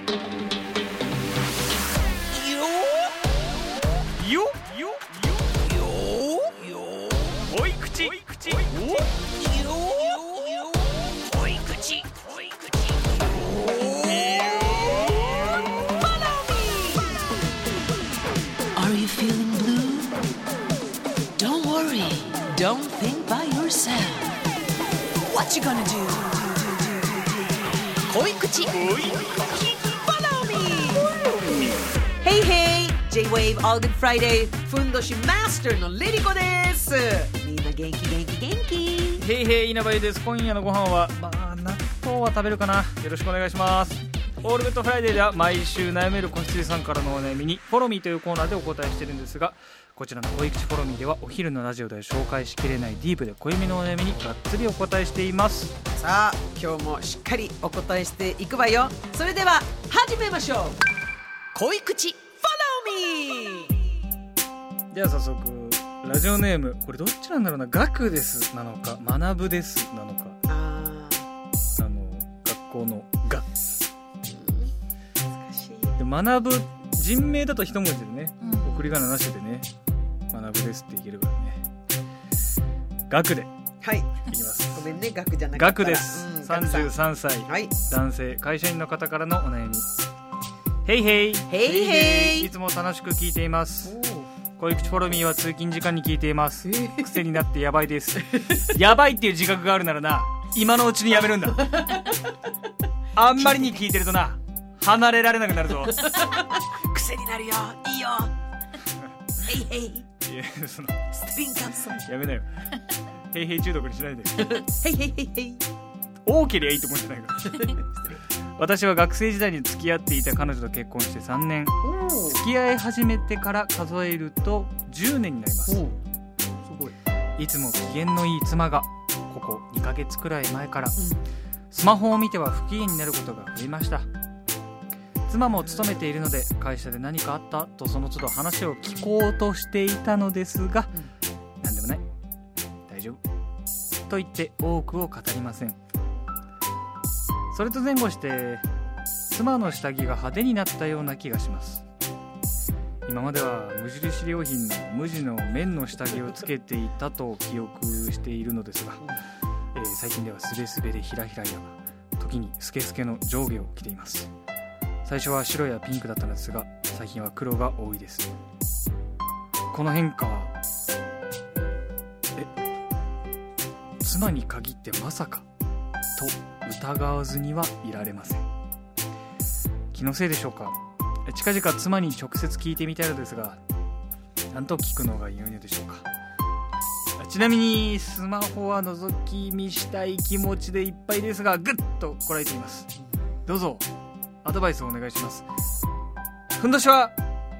濃い口 Are you feeling blue? Don't worry. Don't think by yourself. What you gonna do? 濃い口 Follow me. Hey hey, J-Wave All Good Friday ふんどしマスターのリリコです。みんな元気元気元気。 へいへい稲葉です。今夜のご飯は納豆は食べるかな。よろしくお願いします。オールグッドフライデーでは毎週悩める子羊さんからのお悩みにフォロミーというコーナーでお答えしているんですが、こちらの濃い口フォロミーではお昼のラジオでは紹介しきれないディープで濃いめのお悩みにがっつりお答えしています。 さあ今日もしっかりお答えしていくわよ。それでは始めましょう。濃い口フォローミー。 では早速ラジオネーム、これどっちなんだろうな、学ですなのか学ぶですなのか、学校のが難しい。 で学ぶ人名だと一文字でね、送り仮名なしでね学ぶですっていけるからね。学ではい、 いきます。 ごめんね、学じゃなかったら。 学です、33歳、 はい、 男性、会社員の方からのお悩み。へいへいへいへい、 いつも楽しく聞いています。濃い口フォロミーは通勤時間に聞いています。癖になってやばいですやばいっていう自覚があるならな、今のうちにやめるんだあんまりに聞いてるとな、離れられなくなるぞ癖になるよ、いいよへいへい。 いや、そのステリンカンソンやめなよへいへい中毒にしないでへいへいへいへい。 多けりゃいいと思うんじゃないから私は学生時代に付き合っていた彼女と結婚して3年、付き合い始めてから数えると10年になります。すごい。いつも機嫌のいい妻がここ2ヶ月くらい前からスマホを見ては不機嫌になることが増えました。妻も勤めているので、会社で何かあったとその都度話を聞こうとしていたのですが、何でもない、大丈夫と言って多くを語りません。それと前後して妻の下着が派手になったような気がします。今までは無印良品の無地の綿の下着をつけていたと記憶しているのですが、最近ではスベスベでヒラヒラや時にスケスケの上下を着ています。最初は白やピンクだったのですが、最近は黒が多いです。この変化は妻に限ってまさかと疑わずにはいられません。気のせいでしょうか。近々妻に直接聞いてみたいのですが、何と聞くのが良いのでしょうか。ちなみにスマホは覗き見したい気持ちでいっぱいですが、ぐっとこらえています。どうぞアドバイスをお願いします。ふんどしは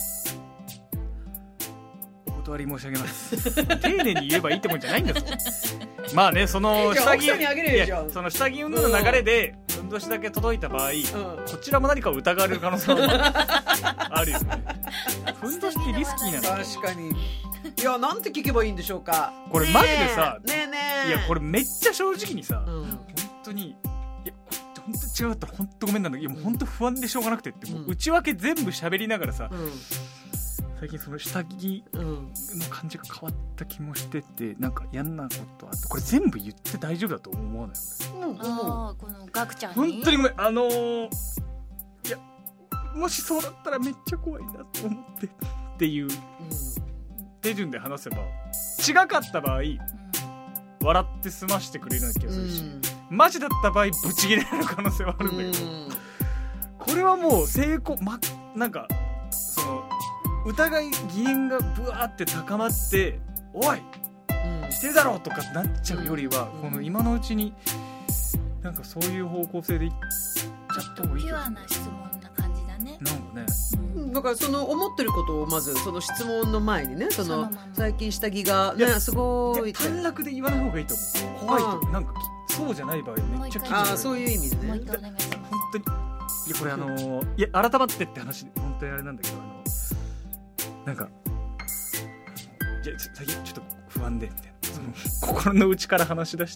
お断り申し上げます丁寧に言えばいいってもんじゃないんだぞまあね、その下着、その下着運動の流れでふんどしだけ届いた場合、こちらも何かを疑われる可能性はあるよね。ふんどしってリスキーなの。 確かに。いや、なんて聞けばいいんでしょうか。 これマジでさ、いやこれめっちゃ正直にさ、本当に、いや本当違かったら本当ごめんなんだけど、いやもう本当不安でしょうがなくてって、もう内訳全部喋りながらさ、最近その下着の感じが変わった気もしてて、なんか嫌なことあって、これ全部言って大丈夫だと思わない？ このガクちゃんに本当にごめん、いやもしそうだったらめっちゃ怖いなと思ってっていう手順で話せば、違かった場合、笑って済ましてくれるような気がするし、マジだった場合ブチ切れられる可能性はあるんだけど、これはもう成功、なんかその疑い疑念がブワーって高まっておい、してるだろうとかなっちゃうよりは、この今のうちになんかそういう方向性でいっちゃった方がいい。 ピュアな質問な感じだね。 なんかね、 だからその思ってることをまずその質問の前にね、その最近下着がねすごい短絡で言わない方がいいと思う。怖いとなんかそうじゃない場合めっちゃ気になる。 そういう意味でね。 もう一回お願いします。 本当にいやこれいや改まってって話本当にあれなんだけど、なんかじゃ最近ちょっと不安でみたいな、その心の内から話し出して、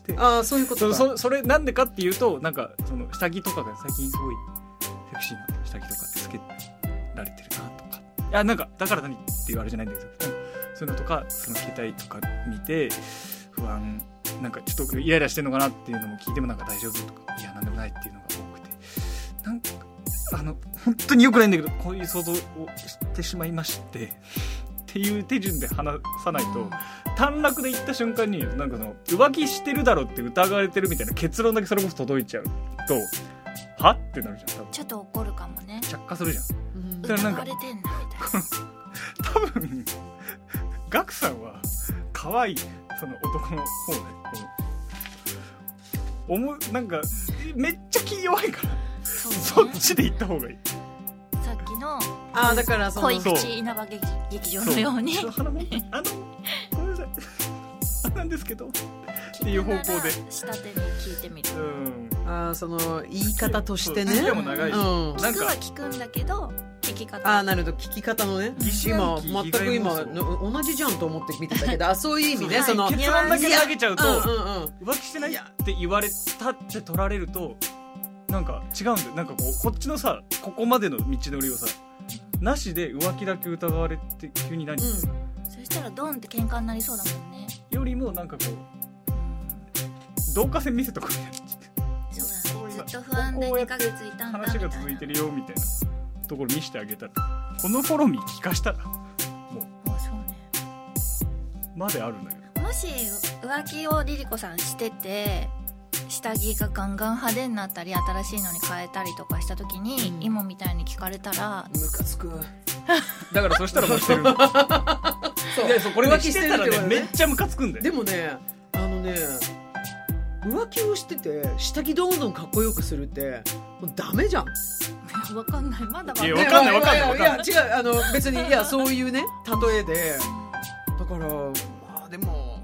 そういうことか。 それなんでかっていうと、なんかその下着とかが最近すごいセクシーな下着とかってつけられてるなとか、いやなんかだから何って言われじゃないんだけど、そういうのとかその携帯とか見て不安、なんかちょっとイライラしてんのかなっていうのも聞いてもなんか大丈夫とか、いやなんでもないっていうのが多くて、なんか本当に良くないんだけどこういう想像をしてしまいましてっていう手順で話さないと、短絡で言った瞬間になんかその浮気してるだろって疑われてるみたいな結論だけそれこそ届いちゃうと、はってなるじゃん。多分ちょっと怒るかもね。 着火するじゃん。だから疑なんかわれてんだみたいな。 多分ガクさんは可愛いその男の方ね、なんかめっちゃ気弱いから、そっちで行った方がいい。 さっきのだからその恋口稲葉劇場のようにごめんなさいなんですけどっていう方向で下手に聞いてみる。 その言い方としてね、 付き合いも長いし、 聞くは聞くんだけど聞き方、 なるほど、聞き方のね、今全く同じじゃんと思って見てたけど、そういう意味ね、その結論だけ投げちゃうと浮気してないって言われたって取られるとなんか違うんだよ。なんかこっちのさここまでの道のりをさなしで浮気だけ疑われて急に何、 そしたらドンって喧嘩になりそうだもんね。 よりもなんかこう導火線見せとくみたいな、 そうだね、ずっと不安で2ヶ月いたんだみたいな話が続いてるよみたいなところ見せてあげたら、このフォロミー聞かしたらもうそうねまであるのよ。 もし浮気をリリコさんしてて下着がガンガン派手になったり新しいのに変えたりとかした時に、今みたいに聞かれたらムカつく。 だからそしたらもうしてるのそうこれはしてたらねめっちゃムカつくんだよ。 でもね浮気をしてて下着どんどんかっこよくするってもうダメじゃん。 分かんない、まだ分かんない。 いや分かんないいや違う、別にそういうね例えで、だからでも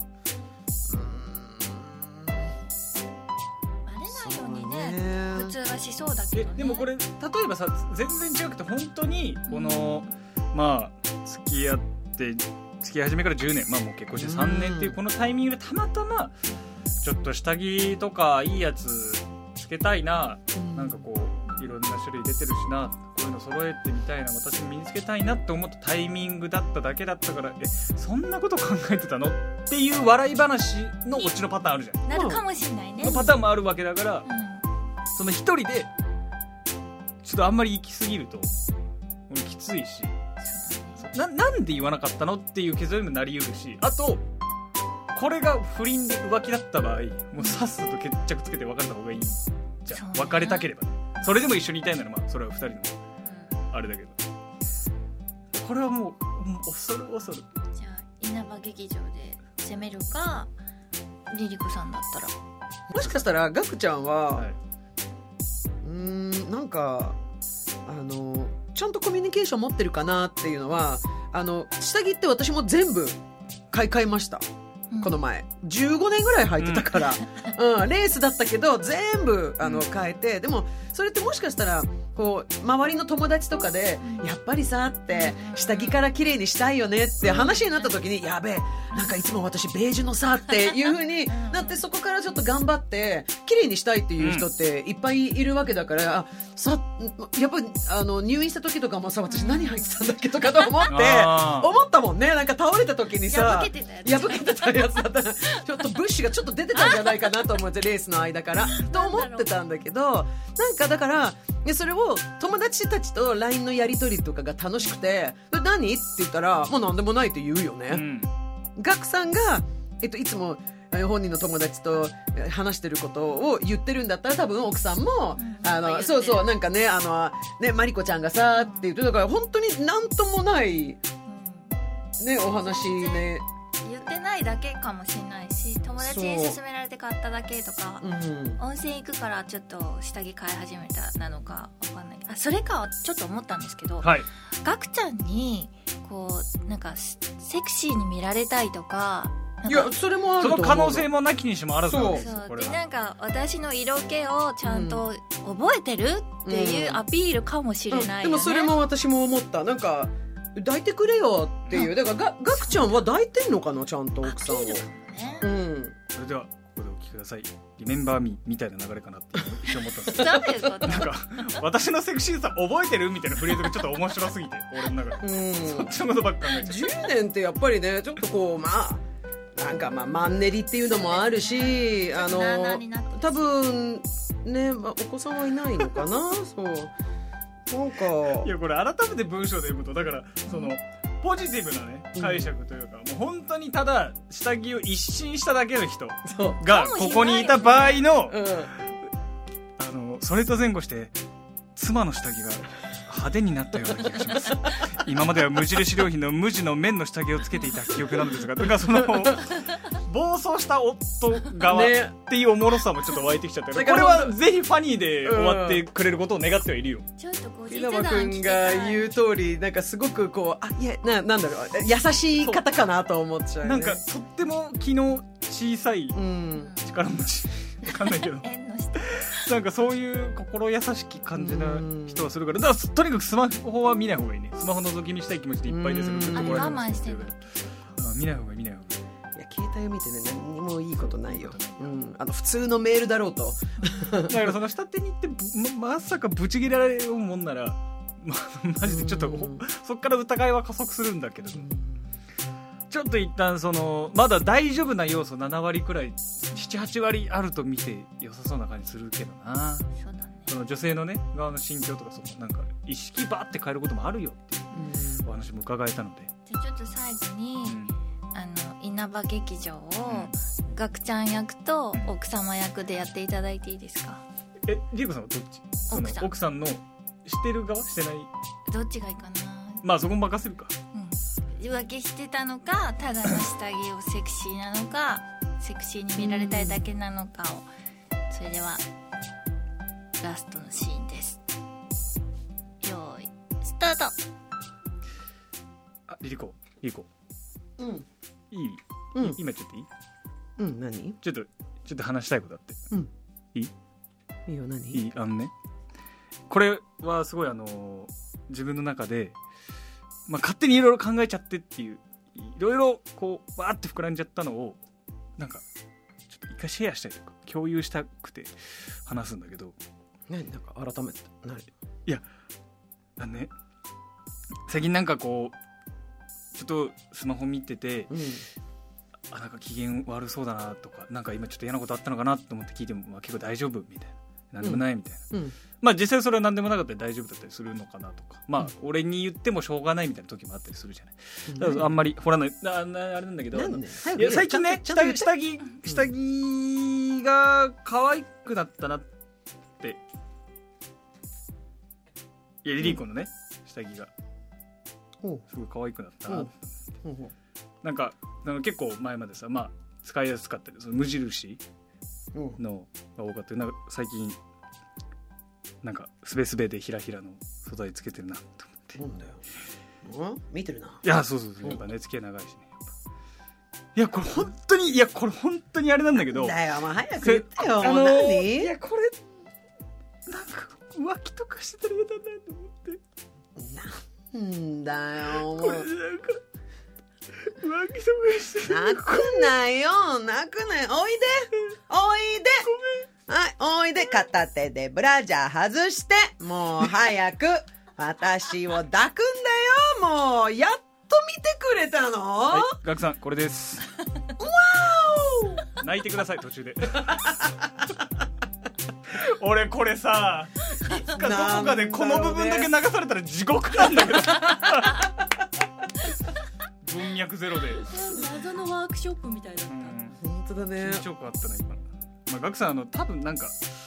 バレないようにね普通はしそうだけどね。 でもこれ例えばさ全然違くて本当にこの付き合い始めから10年、もう結婚して3年っていうこのタイミングでたまたまちょっと下着とかいいやつつけたいな、なんかこういろんな種類出てるしな、こういうの揃えてみたいな、私も身につけたいなって思ったタイミングだっただけだったから、そんなこと考えてたのっていう笑い話のオチのパターンあるじゃん。 なるかもしれないね。 のパターンもあるわけだから、その一人でちょっとあんまり行き過ぎると俺きついし、なんで言わなかったのっていう結論にもなりうるし、あとこれが不倫で浮気だった場合もうさっさと決着つけて別れた方がいいじゃん、別れたければね。それでも一緒にいたいならそれは2人のあれだけど、これはもう恐る恐る。 じゃあ稲葉劇場で攻めるかリリコさんだったら、 もしかしたらガクちゃんは、なんかちゃんとコミュニケーション持ってるかなっていうのは、下着って私も全部買い替えました、この前15年ぐらい履いてたから、レースだったけど全部変えて、でもそれってもしかしたらこう周りの友達とかでやっぱりさって下着から綺麗にしたいよねって話になった時に、やべえなんかいつも私ベージュのさっていう風になって、そこからちょっと頑張って綺麗にしたいっていう人っていっぱいいるわけだから、やっぱり入院した時とかもさ、私何履いてたんだっけとかと思ったもんね。なんか倒れた時にさ破けてたやつだったらちょっとブッシュがちょっと出てたんじゃないかなと思って、レースの間からと思ってたんだけど、なんかだからそれを友達たちと LINE のやり取りとかが楽しくて、何って言ったらもう何でもないって言うよね、ガクさんが、いつも本人の友達と話してることを言ってるんだったら、多分奥さんもそうなんかねマリコちゃんがさって言って、だから本当に何ともないねお話ね。 言ってないだけかもしれないし、友達に勧められて買っただけとか、温泉行くからちょっと下着買い始めたなのか分かんない。それかちょっと思ったんですけど、ガクちゃんにこうなんかセクシーに見られたいとか、 いやそれもあると思う。 その可能性もなきにしもあらずなんですよ。 そうで、なんか私の色気をちゃんと覚えてるっていうアピールかもしれないよね、 でもそれも私も思った。なんか抱いてくれよっていう、だからガクちゃんは抱いてんのかな、ちゃんと奥さんを。 それではここでお聞ききくださいリメンバーミーみたいな流れかなって一応思ったんですけどどういうことなんか私のセクシーさ覚えてるみたいなフレーズがちょっと面白すぎて俺の中で、そっちのことばっか考えちゃった 10年ってやっぱりねちょっとこうまあなんかまあマンネリっていうのもあるし多分ね、まあ、お子さんはいないのかなそうなんかいやこれ改めて文章で読むとだからそのポジティブなね解釈というか、もう本当にただ下着を一新しただけの人がここにいた場合の、それと前後して妻の下着が派手になったような気がします今までは無印良品の無地の綿の下着をつけていた記憶なのですが、だからその暴走した夫側っていうおもろさもちょっと湧いてきちゃって、これはぜひファニーで終わってくれることを願ってはいるよ。 ちょっと稲葉君が言う通りなんかすごくこういやなんだろう優しい方かなと思っちゃう、ね、 なんかとっても気の小さい力持ち、分かんないけどなんかそういう心優しき感じな人はするから、だからとにかくスマホは見ない方がいいね。スマホ覗き見したい気持ちでいっぱいでする。 我慢してる。 見ない方がいい、見ない方がいい。 いや携帯を見てね何にもいいことないよ、普通のメールだろうとだからその下手に行って まさかブチ切れられるもんならマジでちょっとそっから疑いは加速するんだけど、ちょっと一旦そのまだ大丈夫な要素7割くらい 7,8 割あると見て良さそうな感じするけどな。 そうだね、 その女性のね側の心境とかなんか意識バーって変えることもあるよっていうお話も伺えたので、 じゃあちょっと最後に、稲葉劇場をガクちゃん役と奥様役でやっていただいていいですか。 リエコさんはどっち？奥さんのしてる側してないどっちがいいかな。 まあそこも任せるか。 浮気してたのかただの下着をセクシーなのかセクシーに見られたいだけなのかを。それではラストのシーンです。よーいスタート。 リリコいい、今ちょっといい？ 何？ ちょっと話したいことあって。いいよ。何？いいこれはすごい自分の中で、勝手にいろいろ考えちゃってっていういろいろこうわーって膨らんじゃったのをなんかちょっと一回シェアしたりとか共有したくて話すんだけど、 なんか改めていや最近なんかこうちょっとスマホ見てて、なんか機嫌悪そうだなとか、なんか今ちょっと嫌なことあったのかなと思って聞いても、結構大丈夫みたいな、なんでもないみたいな、実際それは何でもなかったり大丈夫だったりするのかなとか、俺に言ってもしょうがないみたいな時もあったりするじゃない。だからあんまり掘らないあれなんだけど、いや最近ね下着が可愛くなったなって、いやリリーコのね下着がすごい可愛くなったなってなんか結構前までさ、使いやすかったり、その無印のが多かった。なんか最近なんかスベスベでヒラヒラの素材つけてるなと思って。 なんだよ、見てるな。 いやそうやっぱね付き合い長いしね。いやこれ本当にあれなんだけど。 だよ、早く言ってよ。何？ いやこれなんか浮気とかしてたら嫌だなと思って。 なんだよ。 これなんか浮気とかして泣くなよ。おいではい、おいで。片手でブラジャー外して、もう早く私を抱くんだよ。もうやっと見てくれたの？ はい、ガクさんこれです。 わーお泣いてください途中で。俺これさ、いつかどこかでこの部分だけ流されたら地獄なんだけど。文脈ゼロで謎のワークショップみたいだった。 本当だね。 緊張感あったね今。ガクさん多分なんか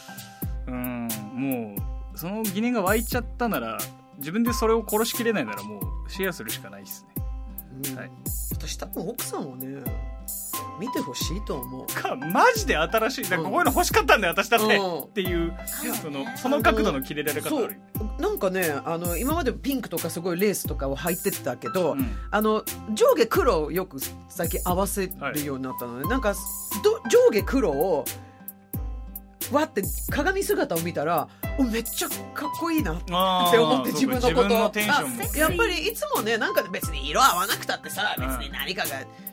もうその疑念が湧いちゃったなら、自分でそれを殺しきれないならもうシェアするしかないですね。はい。 私多分奥さんをね見てほしいと思う。 マジで新しい。なんかこういうの欲しかったんだよ私だってっていう、その角度の切れられ方ある。 なんかね今までピンクとかすごいレースとかを履いてたけど、上下黒をよく最近合わせるようになったので、なんか上下黒をわって鏡姿を見たらめっちゃかっこいいなって思って、自分のことのテンションもやっぱりいつもねなんか別に色合わなくたってさ、別に何かが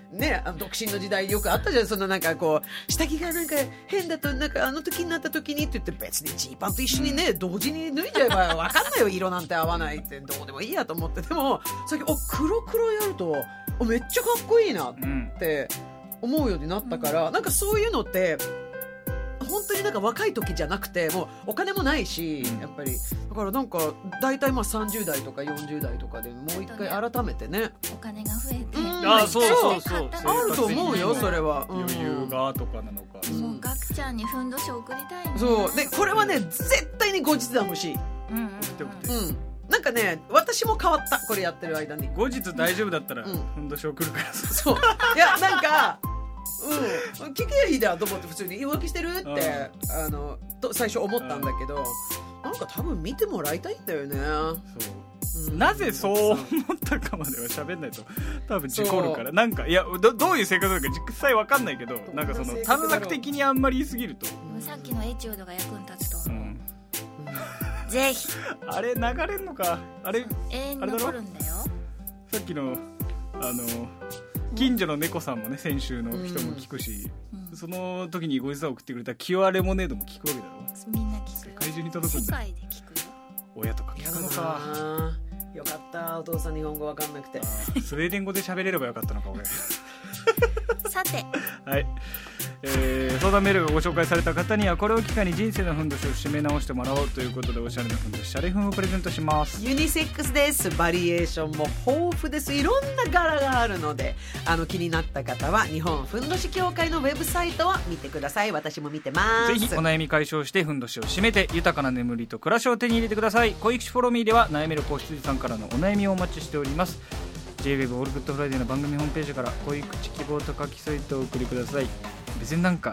ね、独身の時代よくあったじゃん。そのなんかこう下着がなんか変だとなんかあの時になった時にって言って別にジーパンと一緒にね、同時に脱いじゃえば分かんないよ、色なんて合わないってどうでもいいやと思って。でも最近黒やるとめっちゃかっこいいなって思うようになったから、なんかそういうのって本当になんか若い時じゃなくて、もうお金もないし、やっぱりだからなんか大体まあ30代とか40代とかでもう一回改めてね、 お金が増えて、 そうあると思うよ、それは。 余裕がとかなのか、 そうガクちゃんにふんどし送りたいね。 そうで、これはね絶対に後日談欲しい。なんかね、私も変わった、これやってる間に。 後日大丈夫だったらふんどし送るから。 そういやなんか聞けばいいだと思って、普通に浮気してるって最初思ったんだけど、なんか多分見てもらいたいんだよね。 そう、なぜそう思ったかまでは喋んないと多分事故るから。なんかいや どういう性格なのか実際わかんないけど、なんかその短絡的にあんまり言いすぎると、 さっきのエチュードが役に立つと思う。ぜひあれ流れんのか、あれ永遠に残るんだよ。 さっきの近所の猫さんもね、先週の人も聞くし、その時にご実は送ってくれたキュアレモネードも聞くわけだろ。 みんな聞くよ。 世界中に届くんだ。 世界で聞くよ。 親とか聞くのか。 よかった、お父さん日本語わかんなくて。 スウェーデン語で喋れればよかったのか俺。 さて、 はい、相談メールがご紹介された方にはこれを機会に人生のふんどしを締め直してもらおうということで、おしゃれなふんどしシャレふんをプレゼントします。 ユニセックスです。バリエーションも豊富です。いろんな柄があるので、気になった方は日本ふんどし協会のウェブサイトを見てください。私も見てます。 ぜひお悩み解消してふんどしを締めて豊かな眠りと暮らしを手に入れてください。恋口フォローミーでは悩める子羊さんからのお悩みをお待ちしております。J-WAVE オールグッドフライデーの番組ホームページから恋口希望と書き添えてお送りください。別になんか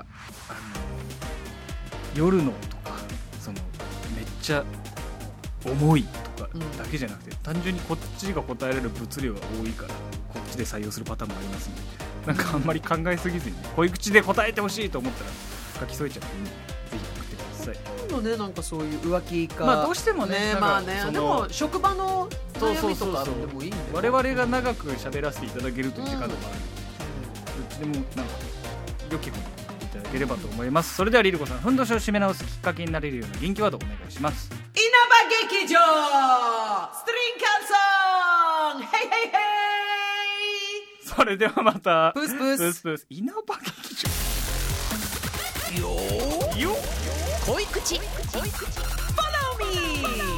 夜のとかそのめっちゃ重いとかだけじゃなくて、単純にこっちが答えられる物量が多いからこっちで採用するパターンもありますので、なんかあんまり考えすぎずに恋口で答えてほしいと思ったら書き添えちゃっていいので、ぜひ送ってください。 なんかそういう浮気か、 まあどうしてもね、 まあね、でも職場の悩みとかでもいいんだよね。 我々が長く喋らせていただけるという時間でもあるので、どっちでもなんか良き方にいただければと思います。それではリルコさん、ふんどしを締め直すきっかけになれるような元気ワードお願いします。 稲葉劇場ストリンカルソン、ヘイヘイヘイ。 それではまたプスプスプスプス。稲葉劇場よ恋口 Follow me。